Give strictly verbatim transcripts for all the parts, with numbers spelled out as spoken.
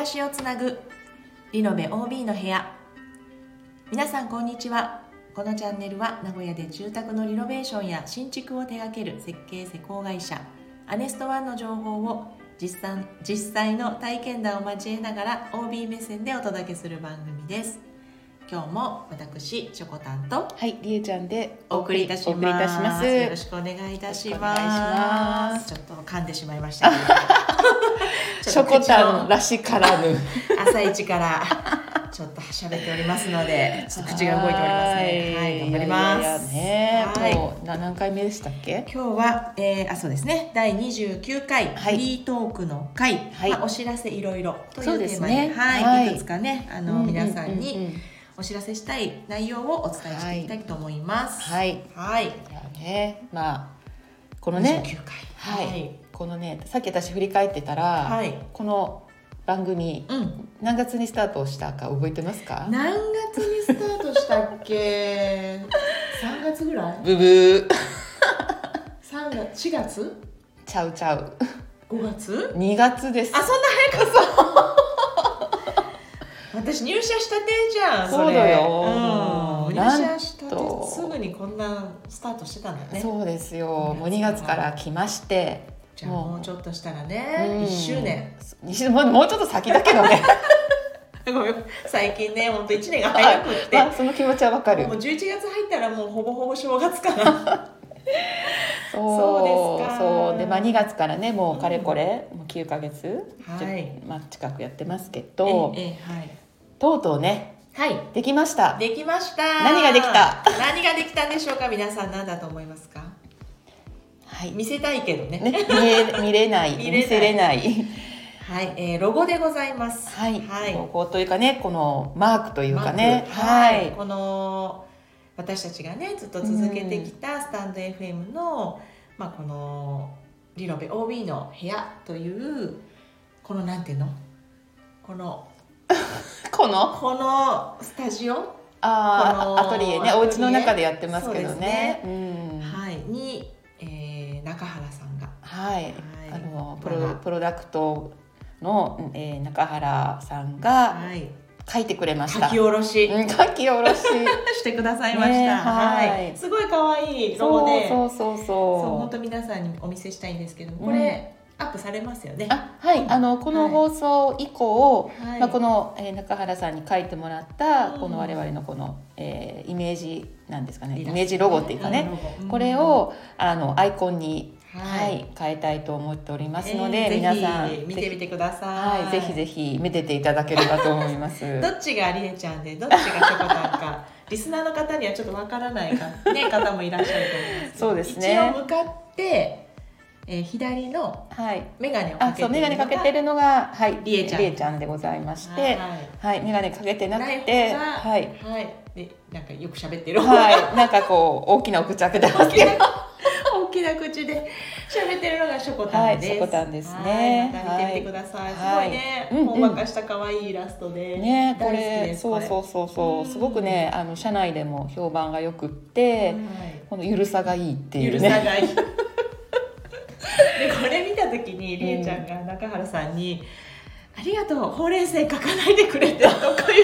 しをつなぐリノベ オービー の部屋。皆さんこんにちは。このチャンネルは名古屋で住宅のリノベーションや新築を手掛ける設計施工会社アネストワンの情報を実際、実際の体験談を交えながら オービー 目線でお届けする番組です。今日も私しょこたんとはい、りえちゃんでお送りいたします。 お送りいたします。 よろしくお願いいたします。 ますちょっと噛んでしまいましたけどしょこたんらしからぬ朝一からちょっと喋っておりますのでちょっと口が動いておりますね。はい、頑張ります。 いやいやね、 はい、 もう何回目でしたっけ？ 今日は、えー、あそうですねだいにじゅうきゅうかい、はい、フリートークの回、はい、まあ、お知らせいろいろというテーマで、ね、はいはい、いくつかねあの、うんうんうんうん、皆さんにお知らせしたい内容をお伝えしていきたいと思います。 はい、はい、じゃあね、まあこのねにじゅうきゅうかい、 はい、はい、このねさっき私振り返ってたら、はい、この番組、うん、何月にスタートしたか覚えてますか？ 何月にスタートしたっけ？さんがつぐらい？ ブブーさんがつしがつ？ ちゃうちゃうごがつ？ にがつです。 あ、そんな早くそう私入社したてじゃん。 そうだよ、 うん、入社したてすぐにこんなスタートしてたんだね。 そうですよ。もうにがつから来まして、 じゃあもうちょっとしたらね、いっしゅうねん、 もう、もうちょっと先だけどねごめん、最近ねほんといちねんが早くって、 ああ、その気持ちはわかる。 もうじゅういちがつ入ったらもうほぼほぼ正月かなそう、そうですか。そうで、まあ、にがつからねもうかれこれ、うん、もうきゅうかげつ、はい、まあ、近くやってますけど、ええ、はい、とうとうね、はい、できました。 できました。 何ができた何ができたんでしょうか。皆さん何だと思いますか？はい、見せたいけど ね, ね 見, え見れない見せれないはい、えー、ロゴでございます。 はい、はい、ロゴというかね、このマークというかね、はい、 この私たちがねずっと続けてきたスタンド エフエム の、まあ、このリノベ オービー の部屋というこのなんていうのこのこのこのスタジオ、 あアトリエね、お家の中でやってますけど ね, ね、うん、 はい、に、えー、中原さんが、 はい、はい、あのプ ロ, プロダクトの、えー、中原さんが書いてくれました。 書き下ろし、 うん、書き下ろししてくださいました、ね、はいはい、すごい可愛いロゴで、 そうそうそうそう、 そう本当皆さんにお見せしたいんですけど、これ、うんアップされますよね。 あ、はい、あのこの放送以降、はい、まあ、この、えー、中原さんに書いてもらった、うん、この我々のこの、えー、イメージなんですかね、イメージロゴっていうかね、うん、これをあのアイコンに、はいはい、変えたいと思っておりますので、えー、皆さん見てみてください。 はい、ぜひぜひ見てていただければと思いますどっちがりえちゃんでどっちがしょこたんかリスナーの方にはちょっとわからないか、ね、方もいらっしゃると思います。 そうですね。 一応向かってえー、左のメガネをかけてるのが、はい、あ、そう、 メガネかけてるのが、はい、 りえちゃん、 りえちゃんでございまして、はい、はい、メガネかけてなくて、 はい、はい、でなんかよく喋ってる、 はい、なんかこう大きなお口開けてますけど大きな口で喋ってるのがしょこたんです。 はい、しょこたんですね。 はい、また見てみてください。はい、すごいね、うんうん、ほんわかした可愛いイラストで、 ね、これそうそうそうそう、すごくね、あの社内でも評判がよくって、はい、このゆるさがいいっていうね。 ゆるさがいいでこれ見た時にりえちゃんが中原さんに、うん、ありがとうほうれん草書かないでくれてとか言ってそんなの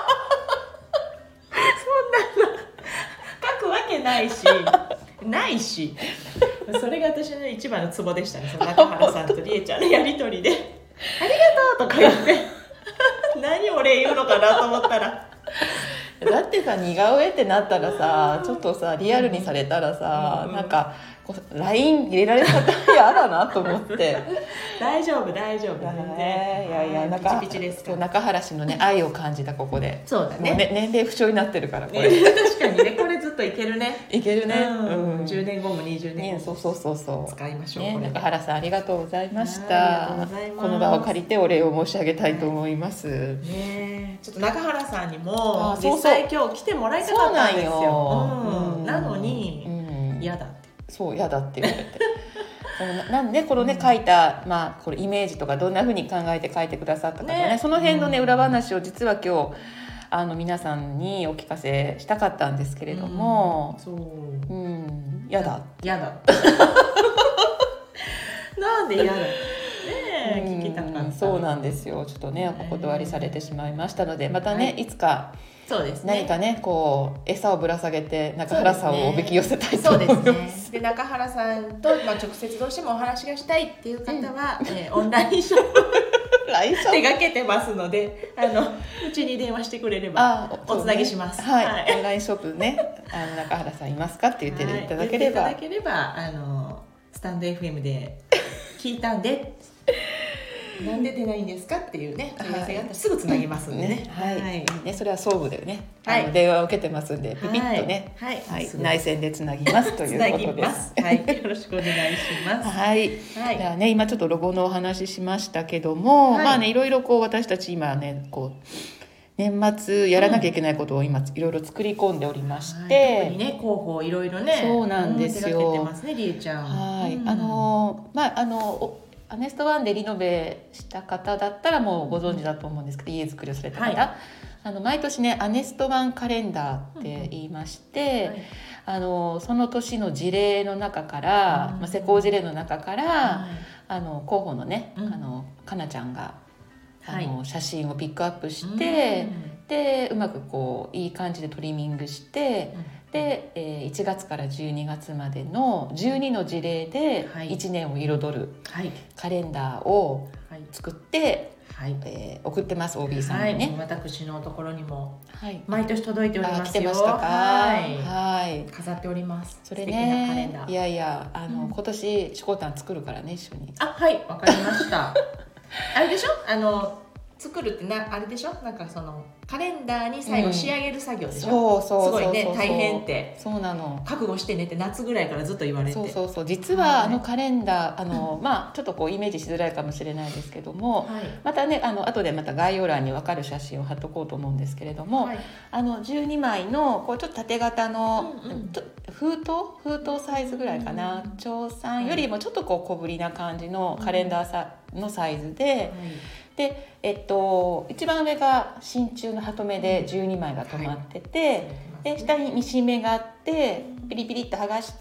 書くわけないしないしそれが私の一番のツボでしたね。その中原さんとりえちゃんのやりとりでありがとうとか言って何お礼言うのかなと思ったらだってさ、似顔絵ってなったらさ、ちょっとさリアルにされたらさ、うんうん、なんかこう ライン 入れられたら嫌だなと思って大丈夫大丈夫全然、 いやいや、なんかピチピチですか。中原氏のね愛を感じたここで。 そうだ ね, ね年齢不詳になってるからこれ、 ね、確かにね、これずっといけるねいけるね、 うんうん、じゅうねんごもにじゅうねんごも、 ね、そうそうそうそう使いましょう、 ね、 これ中原さんありがとうございました。この場を借りてお礼を申し上げたいと思います、はい、 ね、ちょっと中原さんにも実際今日来てもらいたかったんですよ。そうなんよ、うん、なのに、うん、嫌だって、 そう嫌だって言われてなんでこのね、うん、書いた、まあ、これイメージとかどんな風に考えて書いてくださったかとかね、ね、その辺のね、裏話を実は今日あの皆さんにお聞かせしたかったんですけれども、うん、そう、うん、嫌だ嫌だなんで嫌だねね、聞きたかった、 うん、そうなんですよ。ちょっとねお断りされてしまいましたので、またね、はい、いつかそうですね、 何かねこう餌をぶら下げて中原さんをおびき寄せたいと思います。 そうですね。で中原さんと、まあ、直接どうしてもお話がしたいっていう方は、うんえー、オンラインショップ手掛けてますので、あのうちに電話してくれればおつなぎします。 ね、はい、はい、オンラインショップねあの中原さんいますかって言っていただければ、はい、 言っていただければあのスタンド エフエム で聞いたんでなんで出ないんですかっていうね問い合わせがあったらすぐつなぎますんでね。 はい、はい、ねそれは総務でね、 はい、 あの電話を受けてますんでピピッとね、 はいはいはい、内線でつなぎますということです。 はい、よろしくお願いします。 はい。はい、ではね今ちょっとロゴのお話ししましたけども、はい、まあねいろいろこう私たち今ねこう年末やらなきゃいけないことを今いろいろ作り込んでおりまして、 はい、特にね広報いろいろねそうなんですよ。 手掛けてますねりえちゃん。 はい、 うん、 あのまああのアネストワンでリノベした方だったらもうご存知だと思うんですけど、家作りをされた方、はい、あの毎年ねアネストワンカレンダーって言いまして、うんはい、あのその年の事例の中から、うんまあ、施工事例の中から、はい、あの候補のね、うん、あのかなちゃんがあの、はい、写真をピックアップして、うん、でうまくこういい感じでトリミングして、うんで、えー、いちがつからじゅうにがつまでのじゅうにの事例でいちねんを彩るカレンダーを作って、はいえー、送ってます オービー さんにね、 はい、私のところにも毎年届いておりますよ。 来てましたか、 はいはい、 飾っております。 それねいやいやあの、うん、今年しこたん作るからね一緒に。 あはいわかりましたあれでしょあの作るってなあれでしょなんかそのカレンダーに最後仕上げる作業でしょ、うん、そうそうそうそうすごいね大変ってそうなの覚悟してねって夏ぐらいからずっと言われてそうそうそう実はあのカレンダーあの、まあちょっとこうイメージしづらいかもしれないですけども、はい、またねあの後でまた概要欄に分かる写真を貼っとこうと思うんですけれども、はい、あのじゅうにまいのこうちょっと縦型の、うんうん、封筒封筒サイズぐらいかな、うん、長さんよりもちょっとこう小ぶりな感じのカレンダーさのサイズで、はいでえっと、一番上が真鍮のハトメでじゅうにまいが止まってて、はい、で下にミシン目があってピリピリっと剥がして、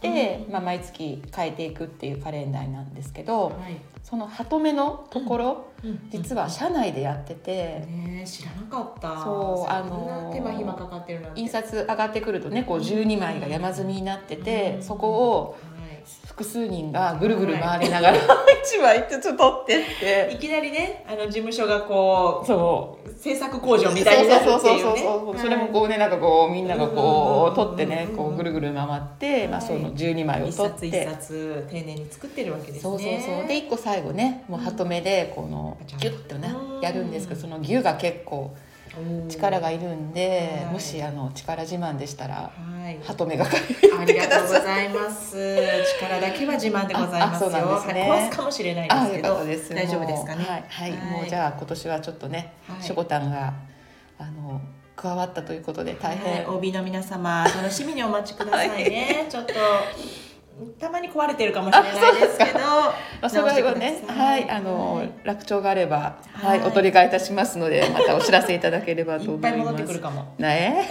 うんまあ、毎月変えていくっていうカレンダーなんですけど、はい、そのハトメのところ、うんうん、実は社内でやってて、 ね、知らなかった。 そうあの手間暇かかってるなんて印刷上がってくるとねこうじゅうにまいが山積みになってて、うん、そこを複数人がぐるぐる回りながら、はい、いちまいずつ取ってっていきなりねあの事務所がこうそう制作工場みたいになるっていうねそうそうそうそう、はい、それもこうねなんかこうみんながこう取ってねこうぐるぐる回って、はいまあ、そのじゅうにまいを取って一冊一冊丁寧に作ってるわけですね。 そうそうそうでいっこ最後ねもうハトメでこのギュッとねやるんですけどそのギュが結構力がいるんで、もしあの力自慢でしたら、はい、ハトメが借りてください。 ありがとうございます。力だけは自慢でございますよ。あ、そうなんですね。壊すかもしれないですけど、大丈夫ですかね。 はい、はいはい、もうじゃあ今年はちょっとね、はい、しょこたんがあの加わったということで大変、はい、 オービー の皆様楽しみにお待ちくださいね。はい、ちょっと。たまに壊れてるかもしれないですけど、まあ、それはね、はい、あの、はい、楽調があれば、はい、はい、お取り替えいたしますので、またお知らせいただければと思います。いっぱい戻ってくるかも。 ね。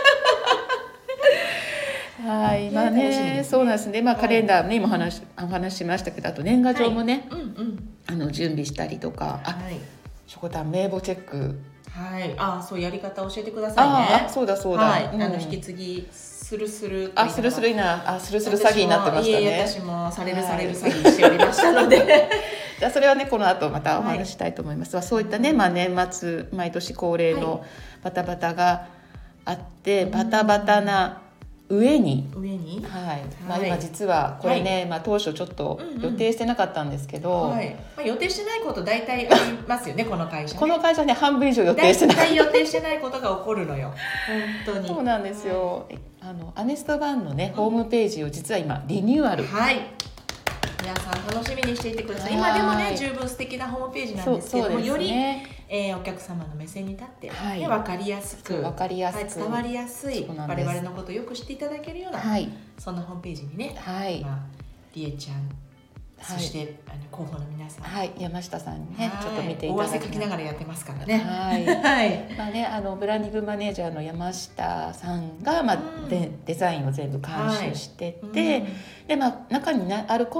はい、まあね、そうなんですね。まあカレンダーね、今お話お話しましたけど、あと年賀状もね、はい、うんうん、あの準備したりとか、あ、はい、しょこたん名簿チェック。 はい、あ、そうやり方教えてくださいね。 あ、そうだそうだ。 はい、うん、あの引き継ぎ。スルスルあスルスルいなあスルスル詐欺になってましたね。 いえ私もされるされる詐欺しておりましたのでじゃあそれはねこの後またお話したいと思いますが、はい、そういったね、まあ、年末毎年恒例のバタバタがあって、はい、バタバタな上に、 上に、 はいまあ、今実はこれね、はいまあ、当初ちょっと予定してなかったんですけど、 うんうんはいまあ、予定してないこと大体ありますよねこの会社ね。 この会社ね半分以上予定してない大体予定してないことが起こるのよ本当に。 そうなんですよ、はい、あのアネストバンのねホームページを実は今リニューアル、 はい皆さん楽しみにしていてください。今でもね十分素敵なホームページなんですけども、ね、より、えー、お客様の目線に立って、はいね、分かりやすく、 分かりやすく、 はい、伝わりやすい我々のことをよく知っていただけるような、はい、そんなホームページにね、はいまあ、りえちゃん、はい、そしてあの広報の皆さん、 はい、山下さんにねちょっと見ていただき大汗かきながらやってますからね。 はい、はいまあね、あのブランディングマネージャーの山下さんが、まあうん、デ, デザインを全部監修してて、はいうんでまあ、中に、ね、あるコン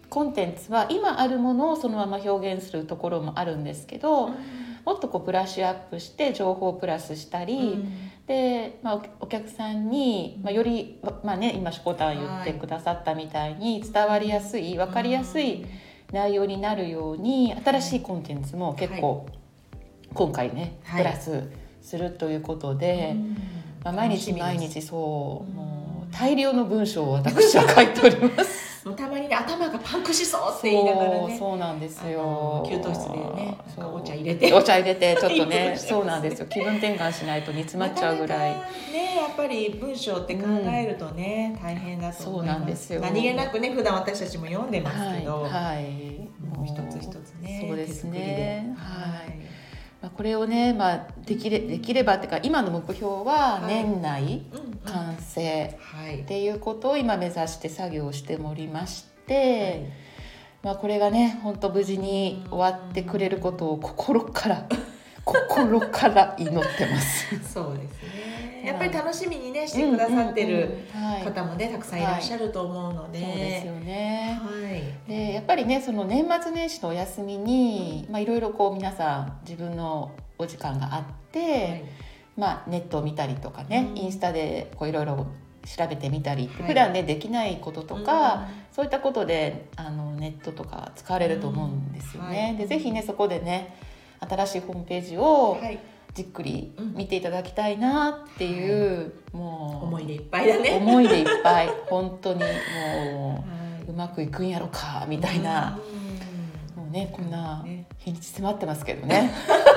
コンテンツは今あるものをそのまま表現するところもあるんですけど、うん、もっとこうブラッシュアップして情報をプラスしたり、うん、で、まあ、お客さんに、まあ、より、まあね、今しこたん言ってくださったみたいに伝わりやすい、分かりやすい内容になるように新しいコンテンツも結構今回ね、プラスするということで、まあ、毎日毎日そう、もう大量の文章を私は書いておりますもうたまにね頭がパンクしそうって言いながらね、 そう、そうなんですよ。 給湯室でねお茶入れてお茶入れてちょっとねそうなんですよ、気分転換しないと煮詰まっちゃうぐらいなかなかね、やっぱり文章って考えるとね、うん、大変だと思います。 そうなんですよ。 何気なくね普段私たちも読んでますけど、 はい、はい、 もう一つ一つね、 そうですね、 はい、 まあ、これをね、まあ、できれ、できればっていうか今の目標は年内完成っていうことを今目指して作業しておりまして、はい、まあ、これがね本当無事に終わってくれることを心から心から祈ってますそうですね、やっぱり楽しみにねしてくださってる方もねたくさんいらっしゃると思うので、 はい、そうですよね、 はい、 でやっぱりねその年末年始のお休みにいろいろこう皆さん自分のお時間があって、はい、まあ、ネットを見たりとかね、うん、インスタでいろいろ調べてみたり、はい、普段ねできないこととか、うん、そういったことであのネットとか使われると思うんですよね、うん、はい、でぜひねそこでね新しいホームページをじっくり見ていただきたいなっていう、はい、もう思いでいっぱいだね思いでいっぱい本当にもう、はい、うまくいくんやろかみたいな、うん、もうねこんな日にち迫ってますけどね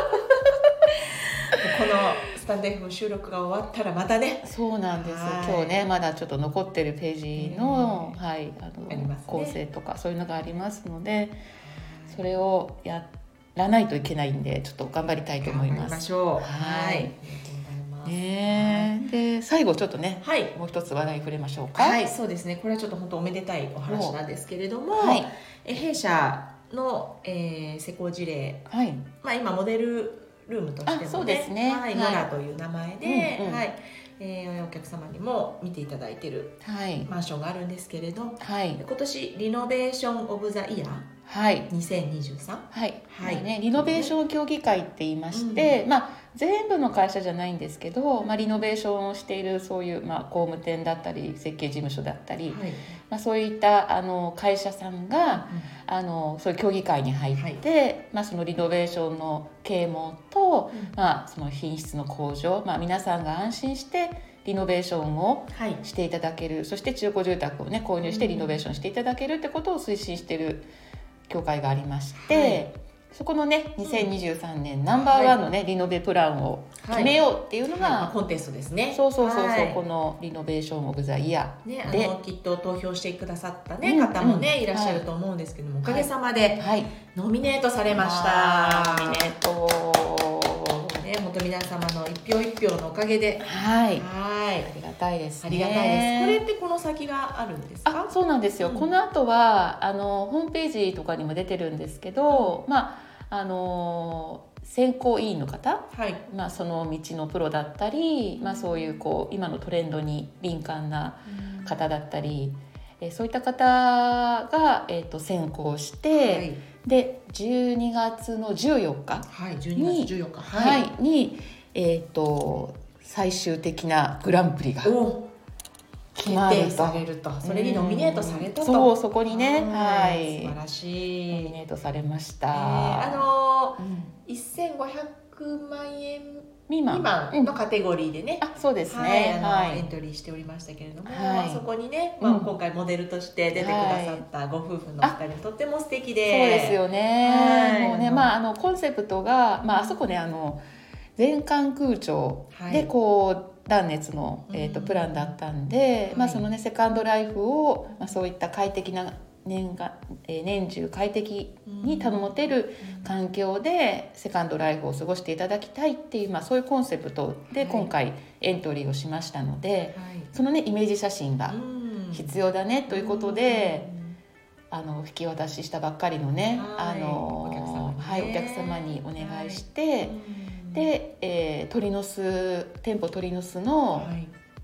このスタンド エフエム 収録が終わったらまたね、 そうなんです、はい、今日ねまだちょっと残ってるページの、はい、あの、ね、構成とかそういうのがありますので、それをやらないといけないんでちょっと頑張りたいと思います。 頑張りましょう。 はい、ね、で最後ちょっとね、はい、もう一つ話題触れましょうか。 はい、そうですね、これはちょっと本当おめでたいお話なんですけれども、はい、え弊社の、えー、施工事例、はい、まあ、今モデルルームとしても ね, ね、はい、ノラという名前で、うんうん、はい、えー、お客様にも見ていただいているマンションがあるんですけれど、はい、今年リノベーションオブザイヤー、はい、にせんにじゅうさん、はいはい、ね、リノベーション協議会って言いまして、うん、まあ、全部の会社じゃないんですけど、まあ、リノベーションをしているそういう、まあ、工務店だったり設計事務所だったり、はい、まあ、そういったあの会社さんが、うん、あのそういう協議会に入って、はい、まあ、そのリノベーションの啓蒙と、うん、まあ、その品質の向上、まあ、皆さんが安心してリノベーションをしていただける、はい、そして中古住宅を、ね、購入してリノベーションしていただけるってことを推進している協会がありまして、はい、そこのねにせんにじゅうさんねんナンバーワンのね、はい、リノベプランを決めようっていうのが、はいはい、 コンテストですね。 そうそうそうそう、 はい、 このリノベーションオブザイヤー、 ね、あのきっと投票してくださった、ね、うん、方もね、うん、いらっしゃると思うんですけども、はい、おかげさまで、はい、ノミネートされました。 ノミネートね、本当皆様の一票一票のおかげで、 はい、はい、ありがたいですね。 ありがたいです。これってこの先があるんですか？ あ、そうなんですよ、うん、この後はあのホームページとかにも出てるんですけど、うん、まああの選考委員の方、はい、まあ、その道のプロだったり、まあ、そういうこう今のトレンドに敏感な方だったり、うん、えそういった方が、えー、と選考して、はい、でじゅうにがつのじゅうよっかに、 はい、じゅうにがつじゅうよっか、 はい、に、えー、と最終的なグランプリが決まると、 されると、それにノミネートされたと、 そう、そこにね、はい、 素晴らしい、 ノミネートされました。えー、 あのーうん、せんごひゃくまんえん未満のカテゴリーでね、 うん、あ、そうですね、 はい、あの、はい、エントリーしておりましたけれども、はい、そこにね、まあ、今回モデルとして出てくださったご夫婦のふたり、とっても素敵で、 そうですよね、はい、もうね、まあ、あのコンセプトが、まあ、あそこね、あの全館空調でこう、はい、断熱の、えーと、プランだったんで、うん、まあ、そのねセカンドライフを、まあ、そういった快適な年が、えー、年中快適に保てる環境でセカンドライフを過ごしていただきたいっていう、まあ、そういうコンセプトで今回エントリーをしましたので、はい、そのねイメージ写真が必要だねということで、うん、あの引き渡ししたばっかりのね、はい、あのお客様にね、はい、お客様にお願いして、はい、で、えー、鳥の巣店舗鳥の巣の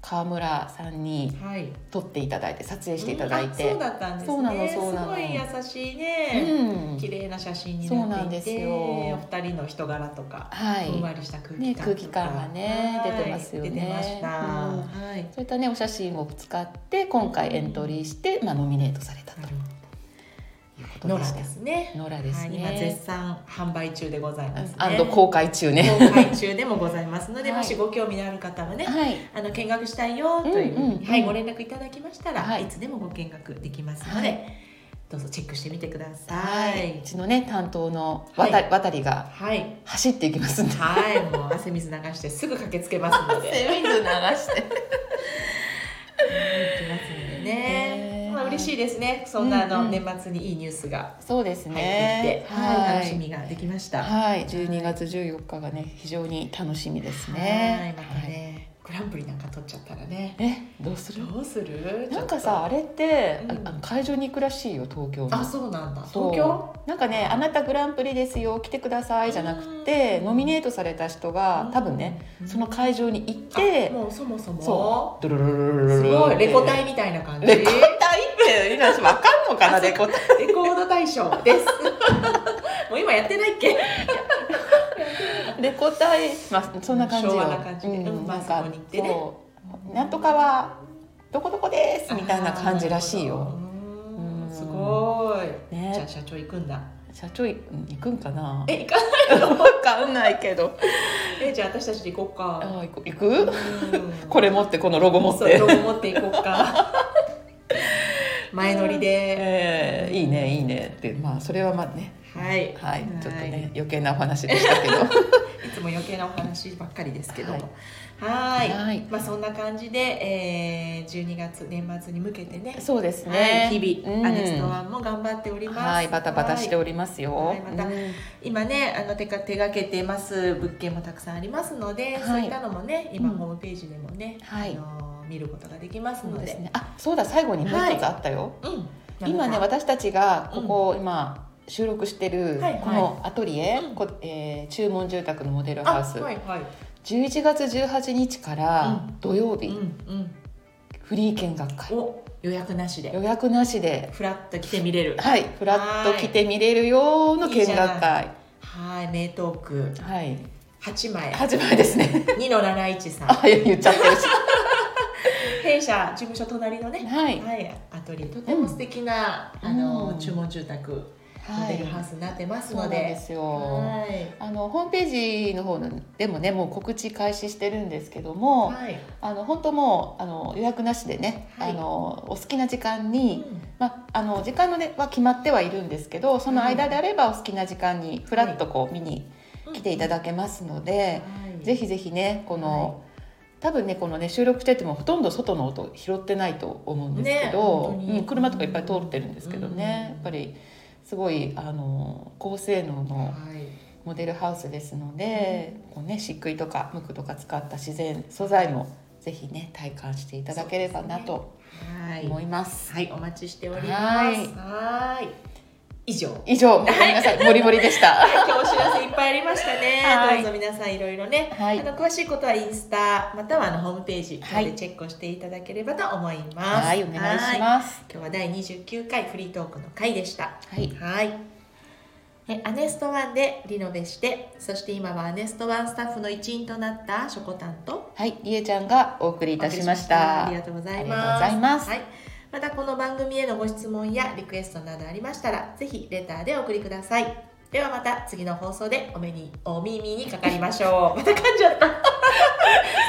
川村さんに撮っていただいて、撮影していただいて、 うん、そうだったんですね。 そうなのそうなの、 すごい優しいね、うん、綺麗な写真になっていて、そうなんですよ。お二人の人柄とか、はい、ふんわりした空気感とか、ね、 空気感がね、はい、出てますよね。 出てました、うん、 はい、そういったねお写真を使って今回エントリーして、まあ、ノミネートされたと。 ノラですね。 ノラですね。 はい、今絶賛販売中でございますね。 アンド公開中ね。 公開中でもございますので、はい、もしご興味のある方はね、はい、あの見学したいよという、うんうんうん、はい、ご連絡いただきましたら、はい、いつでもご見学できますので、はい、どうぞチェックしてみてください。はい、 うちのね担当の渡り、はい、渡りが走っていきますんで、 はい、もう汗水流してすぐ駆けつけますので、 汗水流していきますのでね。嬉しいですね。そんなあの、うんうん、年末にいいニュースがそうですね、 入ってきて、はい、楽しみができました。 はい、じゅうにがつじゅうよっかがね非常に楽しみですね。 はい、またね、グランプリなんか取っちゃったらね。 え、どうする？ どうする？ なんかさ、あれって、うん、あの会場に行くらしいよ、東京に。 あ、そうなんだ。東京？ なんかね、あなたグランプリですよ、来てくださいじゃなくて、ノミネートされた人が多分ね、その会場に行って、 もうそもそもそう、ドロロロロロロすごいレコ大みたいな感じ。 レコ大って皆さんわかんのかな？レコ大。 レコード大賞です。もう今やってないっけ？ レコ大、まあそんな感じよ。 昭和な感じで、 うん、 なんかそうなんとかはどこどこですみたいな感じらしいよ。 うん、すごい。ね、じゃあ社長行くんだ。 社長行くんかな？ え、行かないの？ 分かんないけど。 え、じゃあ私たちで行こうか。 あ、行く？これ持って、このロゴ持って。 ロゴ持って行こうか。前乗りで、 えー、いいねいいねって、まあそれはまあね、 はい、 はい、ちょっとね余計なお話でしたけどいつも余計なお話ばっかりですけど、はい、はいはい、まあそんな感じで、えー、じゅうにがつ年末に向けてね、 そうですね、 はい、日々、うん、アネストワンも頑張っております。 はい、バタバタしておりますよ。 はい、また、うん、今ねあの手が手がけてます物件もたくさんありますので、はい、そういったのもね今ホームページでもね、はい、あの見ることができますので、 そうですね、あ、そうだ、最後にもう一つあったよ、はい、うん、今ね私たちがここ、うん、今収録してるこのアトリエ、うん、えー、注文住宅のモデルハウス、はいはい、じゅういちがつじゅうはちにちから土曜日、うんうんうん、フリー見学会、 お、予約なしで予約なしでフラッと来てみれる、 はい、フラッと来てみれるようの見学会、 はい、名トーク、 はい、 はちまいはちまいですねにのなないちさん、 あ、言っちゃってるし弊社事務所隣のね、はいはい、アトリエとても素敵な、うん、あの、うん、注文住宅モデルハウスになってますので、 そうなんですよ、はい、あのホームページの方でもねもう告知開始してるんですけども、はい、あの本当もうあの予約なしでね、はい、あのお好きな時間に、うん、ま、あの時間の、ね、は決まってはいるんですけど、その間であればお好きな時間にフラッとこう見に来ていただけますので、はい、ぜひぜひねこの、はい、多分ねこのね収録しててもほとんど外の音拾ってないと思うんですけど、ね、うん、車とかいっぱい通ってるんですけどね、うん、やっぱりすごいあの高性能のモデルハウスですので、はい、こうね、漆喰とか無垢とか使った自然素材もぜひね体感していただければなと思います。 はい、はい、お待ちしております。はい、はい、以上以上、ごめんなさい、もりもりでした。 今日お知らせいっぱいありましたね。はい、どうぞ皆さんいろいろね、はい、あの詳しいことはインスタまたはあのホームページでチェックをしていただければと思います。 はい、お願いします。 今日はだいにじゅうきゅうかいフリートークの回でした。 はい、 はい、えアネストワンでリノベして、そして今はアネストワンスタッフの一員となったしょこたんと、 はい、りえちゃんがお送りいたしました。 ありがとうございます。 ありがとうございます。 はい、またこの番組へのご質問やリクエストなどありましたらぜひレターでお送りください。ではまた次の放送でお目にお耳にかかりましょう。また噛んじゃった